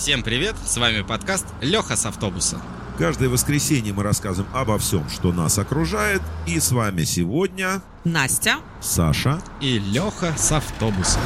Всем привет, с вами подкаст «Леха с автобуса». Каждое воскресенье мы рассказываем обо всем, что нас окружает. И с вами сегодня Настя, Саша и Леха с автобуса.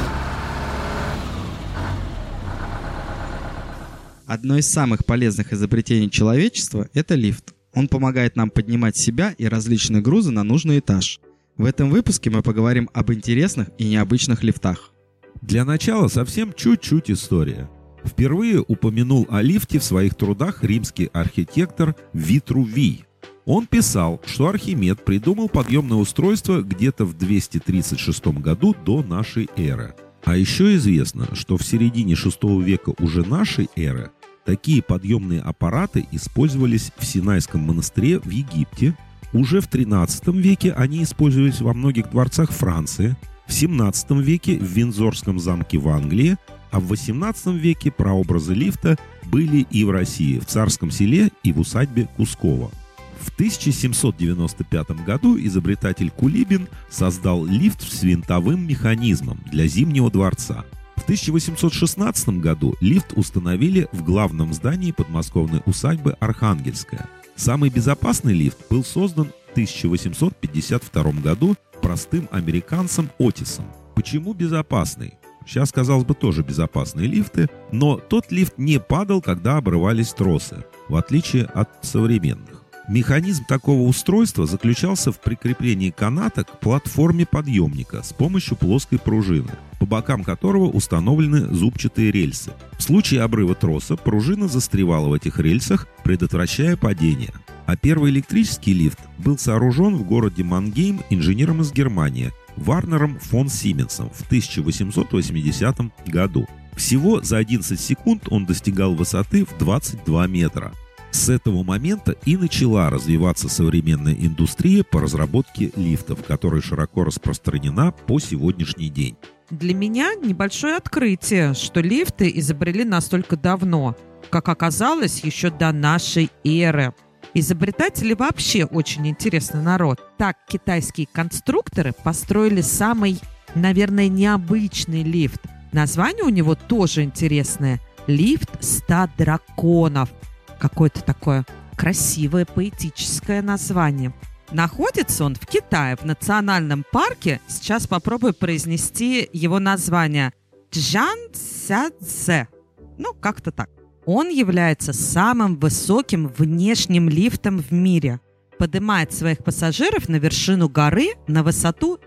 Одно из самых полезных изобретений человечества – это лифт. Он помогает нам поднимать себя и различные грузы на нужный этаж. В этом выпуске мы поговорим об интересных и необычных лифтах. Для начала совсем чуть-чуть история. Впервые упомянул о лифте в своих трудах римский архитектор Витрувий. Он писал, что Архимед придумал подъемное устройство где-то в 236 году до нашей эры. А еще известно, что в середине VI века уже нашей эры такие подъемные аппараты использовались в Синайском монастыре в Египте. Уже в XIII веке они использовались во многих дворцах Франции, в XVII веке в Виндзорском замке в Англии, а в XVIII веке прообразы лифта были и в России, в Царском Селе и в усадьбе Кускова. В 1795 году изобретатель Кулибин создал лифт с винтовым механизмом для Зимнего дворца. В 1816 году лифт установили в главном здании подмосковной усадьбы Архангельская. Самый безопасный лифт был создан в 1852 году простым американцем Отисом. Почему безопасный? Сейчас, казалось бы, тоже безопасные лифты, но тот лифт не падал, когда обрывались тросы, в отличие от современных. Механизм такого устройства заключался в прикреплении каната к платформе подъемника с помощью плоской пружины, по бокам которого установлены зубчатые рельсы. В случае обрыва троса пружина застревала в этих рельсах, предотвращая падение. А первый электрический лифт был сооружен в городе Мангейм инженером из Германии Варнером фон Сименсом в 1880 году. Всего за 11 секунд он достигал высоты в 22 метра. С этого момента и начала развиваться современная индустрия по разработке лифтов, которая широко распространена по сегодняшний день. для меня небольшое открытие, что лифты изобрели настолько давно, как оказалось, еще до нашей эры. Изобретатели вообще очень интересный народ. Так китайские конструкторы построили самый, наверное, необычный лифт. Название у него тоже интересное. Лифт 100 драконов. Какое-то такое красивое поэтическое название. Находится он в Китае, в национальном парке. Сейчас попробую произнести его название. Чжанцзяцзе. Ну, как-то так. Он является самым высоким внешним лифтом в мире. Поднимает своих пассажиров на вершину горы на высоту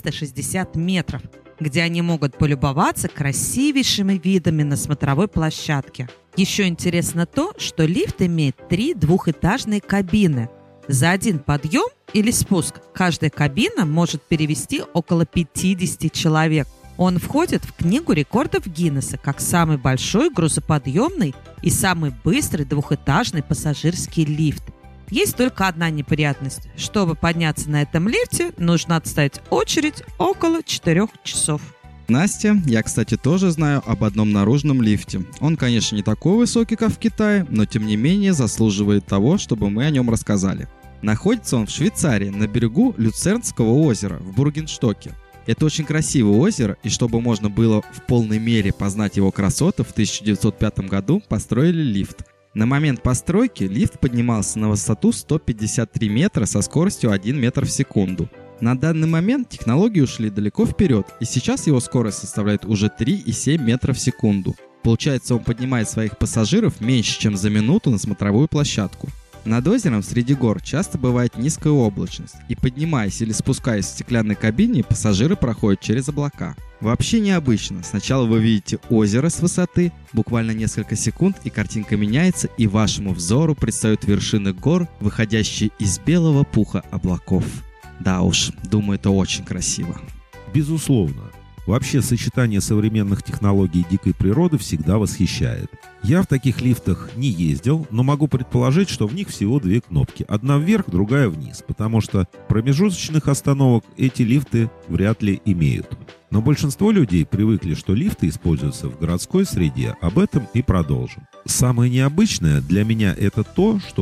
360 метров, где они могут полюбоваться красивейшими видами на смотровой площадке. Еще интересно то, что лифт имеет 3 двухэтажные кабины. За один подъем или спуск каждая кабина может перевести около 50 человек. Он входит в Книгу рекордов Гиннесса как самый большой грузоподъемный и самый быстрый двухэтажный пассажирский лифт. Есть только одна неприятность. Чтобы подняться на этом лифте, нужно отстоять очередь около 4 часов. Настя, я, кстати, тоже знаю об одном наружном лифте. Он, конечно, не такой высокий, как в Китае, но тем не менее заслуживает того, чтобы мы о нем рассказали. Находится он в Швейцарии, на берегу Люцернского озера в Бургенштоке. Это очень красивое озеро, и чтобы можно было в полной мере познать его красоты, в 1905 году построили лифт. На момент постройки лифт поднимался на высоту 153 метра со скоростью 1 метр в секунду. На данный момент технологии ушли далеко вперед, и сейчас его скорость составляет уже 3,7 метра в секунду. Получается, он поднимает своих пассажиров меньше, чем за минуту на смотровую площадку. Над озером среди гор часто бывает низкая облачность, и поднимаясь или спускаясь в стеклянной кабине, пассажиры проходят через облака. Вообще необычно. Сначала вы видите озеро с высоты, буквально несколько секунд, и картинка меняется, и вашему взору предстают вершины гор, выходящие из белого пуха облаков. Да уж, думаю, это очень красиво. Безусловно. Вообще, сочетание современных технологий и дикой природы всегда восхищает. Я в таких лифтах не ездил, но могу предположить, что в них всего 2 кнопки. Одна вверх, другая вниз, потому что промежуточных остановок эти лифты вряд ли имеют. Но большинство людей привыкли, что лифты используются в городской среде. Об этом и продолжим. самое необычное для меня это то, что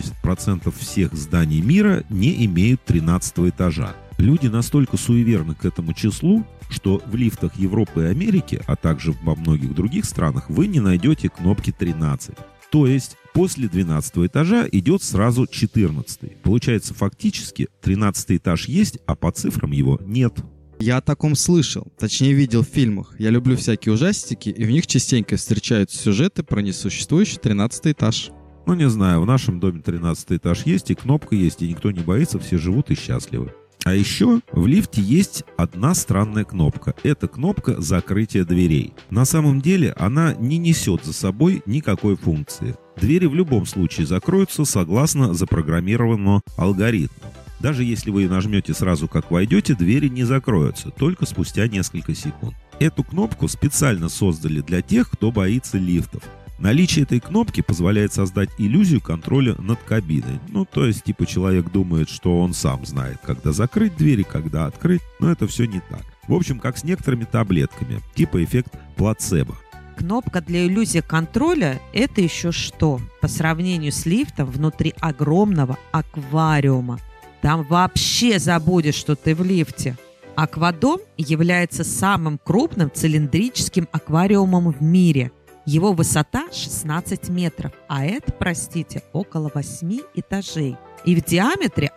80% всех зданий мира не имеют 13 этажа. Люди настолько суеверны к этому числу, что в лифтах Европы и Америки, а также во многих других странах, вы не найдете кнопки 13. То есть после 12 этажа идет сразу 14. Получается, фактически 13 этаж есть, а по цифрам его нет. Я о таком слышал, точнее видел в фильмах. Я люблю всякие ужастики, и в них частенько встречаются сюжеты про несуществующий 13 этаж. Ну, не знаю, в нашем доме 13 этаж есть, и кнопка есть, и никто не боится, все живут и счастливы. А еще в лифте есть одна странная кнопка. Это кнопка закрытия дверей. На самом деле она не несет за собой никакой функции. Двери в любом случае закроются согласно запрограммированному алгоритму. Даже если вы нажмете сразу, как войдете, двери не закроются, только спустя несколько секунд. Эту кнопку специально создали для тех, кто боится лифтов. Наличие этой кнопки позволяет создать иллюзию контроля над кабиной. Ну, то есть, типа, человек думает, что он сам знает, когда закрыть двери, когда открыть, но это все не так. В общем, как с некоторыми таблетками, типа эффект плацебо. Кнопка для иллюзии контроля – это еще что? По сравнению с лифтом внутри огромного аквариума. Там вообще забудешь, что ты в лифте. Аквадом является самым крупным цилиндрическим аквариумом в мире. Его высота 16 метров, а это, простите, около 8 этажей. И в диаметре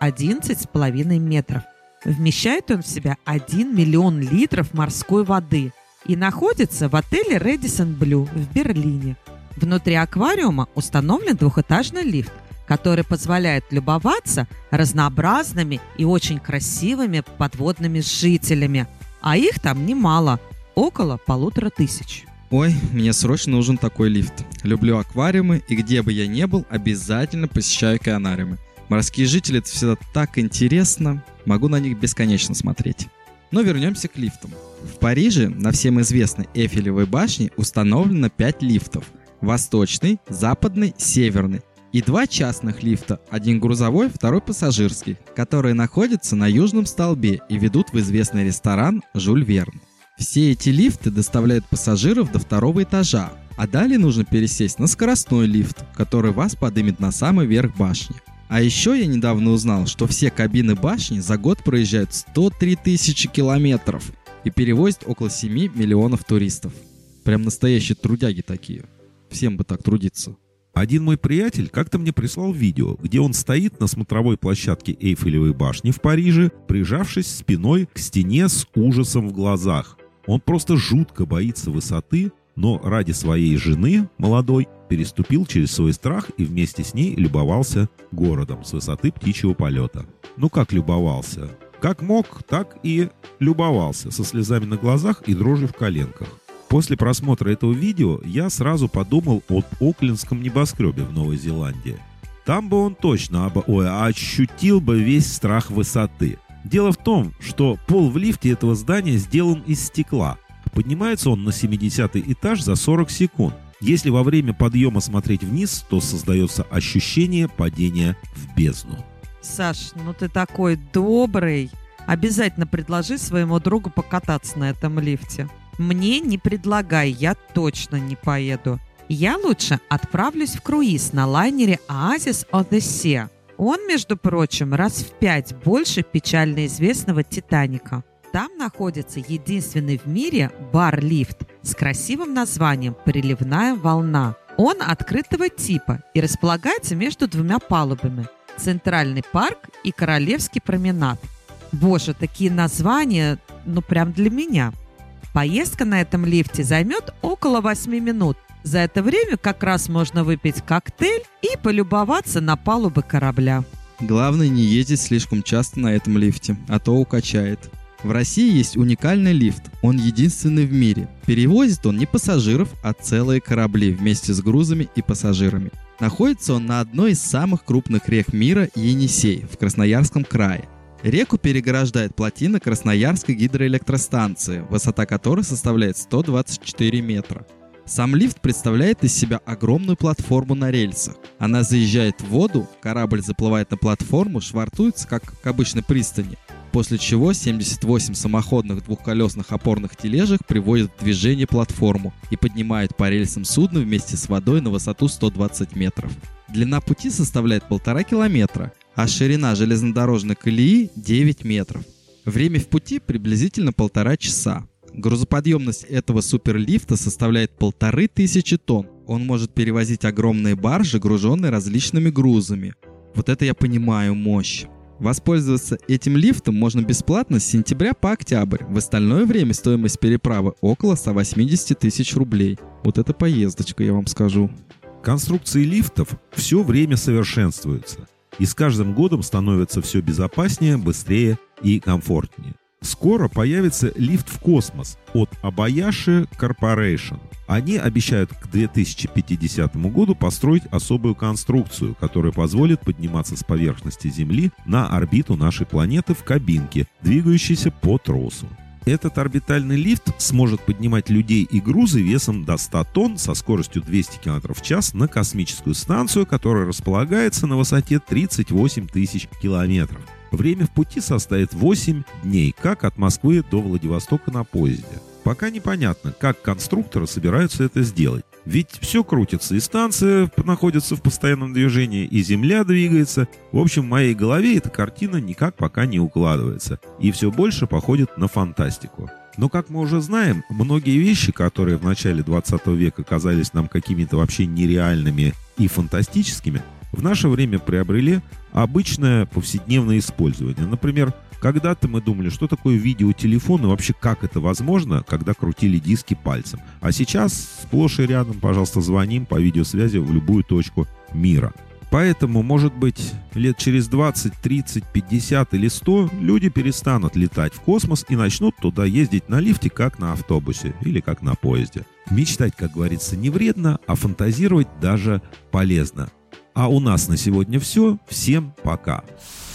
11,5 метров. Вмещает он в себя 1 миллион литров морской воды и находится в отеле Radisson Blu в Берлине. Внутри аквариума установлен двухэтажный лифт, который позволяет любоваться разнообразными и очень красивыми подводными жителями. А их там немало, около 1500. Ой, мне срочно нужен такой лифт. Люблю аквариумы, и где бы я ни был, обязательно посещаю океанариумы. Морские жители — это всегда так интересно. Могу на них бесконечно смотреть. Но вернемся к лифтам. В Париже на всем известной Эйфелевой башне установлено 5 лифтов. Восточный, западный, северный. И 2 частных лифта, один грузовой, второй пассажирский, которые находятся на южном столбе и ведут в известный ресторан «Жюль Верн». Все эти лифты доставляют пассажиров до 2 этажа, а далее нужно пересесть на скоростной лифт, который вас поднимет на самый верх башни. А еще я недавно узнал, что все кабины башни за год проезжают 103 тысячи километров и перевозят около 7 миллионов туристов. Прям настоящие трудяги такие. Всем бы так трудиться. Один мой приятель как-то мне прислал видео, где он стоит на смотровой площадке Эйфелевой башни в Париже, прижавшись спиной к стене с ужасом в глазах. Он просто жутко боится высоты, но ради своей жены, молодой, переступил через свой страх и вместе с ней любовался городом с высоты птичьего полета. Ну как любовался? Как мог, так и любовался, со слезами на глазах и дрожью в коленках. После просмотра этого видео я сразу подумал об Оклендском небоскребе в Новой Зеландии. Там бы он точно ощутил бы весь страх высоты. Дело в том, что пол в лифте этого здания сделан из стекла. Поднимается он на 70-й этаж за 40 секунд. Если во время подъема смотреть вниз, то создается ощущение падения в бездну. Саш, ну ты такой добрый. Обязательно предложи своему другу покататься на этом лифте. Мне не предлагай, я точно не поеду. Я лучше отправлюсь в круиз на лайнере Oasis of the Sea. Он, между прочим, раз в 5 больше печально известного Титаника. Там находится единственный в мире бар-лифт с красивым названием «Приливная волна». Он открытого типа и располагается между 2 палубами – Центральный парк и Королевский променад. Боже, такие названия, ну прям для меня. Поездка на этом лифте займет около 8 минут. За это время как раз можно выпить коктейль и полюбоваться на палубы корабля. Главное не ездить слишком часто на этом лифте, а то укачает. В России есть уникальный лифт, он единственный в мире. Перевозит он не пассажиров, а целые корабли вместе с грузами и пассажирами. Находится он на одной из самых крупных рек мира Енисей в Красноярском крае. Реку переграждает плотина Красноярской гидроэлектростанции, высота которой составляет 124 метра. Сам лифт представляет из себя огромную платформу на рельсах. Она заезжает в воду, корабль заплывает на платформу, швартуется, как к обычной пристани, после чего 78 самоходных двухколесных опорных тележек приводят в движение платформу и поднимают по рельсам судно вместе с водой на высоту 120 метров. Длина пути составляет 1,5 километра, а ширина железнодорожной колеи 9 метров. Время в пути приблизительно 1,5 часа. Грузоподъемность этого суперлифта составляет 1500 тонн. Он может перевозить огромные баржи, груженные различными грузами. Вот это я понимаю мощь. Воспользоваться этим лифтом можно бесплатно с сентября по октябрь. В остальное время стоимость переправы около 180 тысяч рублей. Вот это поездочка, я вам скажу. Конструкции лифтов все время совершенствуются и с каждым годом становятся все безопаснее, быстрее и комфортнее. Скоро появится лифт в космос от Abayashi Corporation. Они обещают к 2050 году построить особую конструкцию, которая позволит подниматься с поверхности Земли на орбиту нашей планеты в кабинке, двигающейся по тросу. Этот орбитальный лифт сможет поднимать людей и грузы весом до 100 тонн со скоростью 200 км в час на космическую станцию, которая располагается на высоте 38 тысяч километров. Время в пути составит 8 дней, как от Москвы до Владивостока на поезде. Пока непонятно, как конструкторы собираются это сделать. Ведь все крутится, и станция находится в постоянном движении, и Земля двигается. В общем, в моей голове эта картина никак пока не укладывается, и все больше походит на фантастику. Но, как мы уже знаем, многие вещи, которые в начале 20 века казались нам какими-то вообще нереальными и фантастическими, в наше время приобрели обычное повседневное использование. Например, когда-то мы думали, что такое видеотелефон и вообще как это возможно, когда крутили диски пальцем. А сейчас сплошь и рядом, пожалуйста, звоним по видеосвязи в любую точку мира. Поэтому, может быть, лет через 20, 30, 50 или 100 люди перестанут летать в космос и начнут туда ездить на лифте, как на автобусе или как на поезде. Мечтать, как говорится, не вредно, а фантазировать даже полезно. А у нас на сегодня все. Всем пока.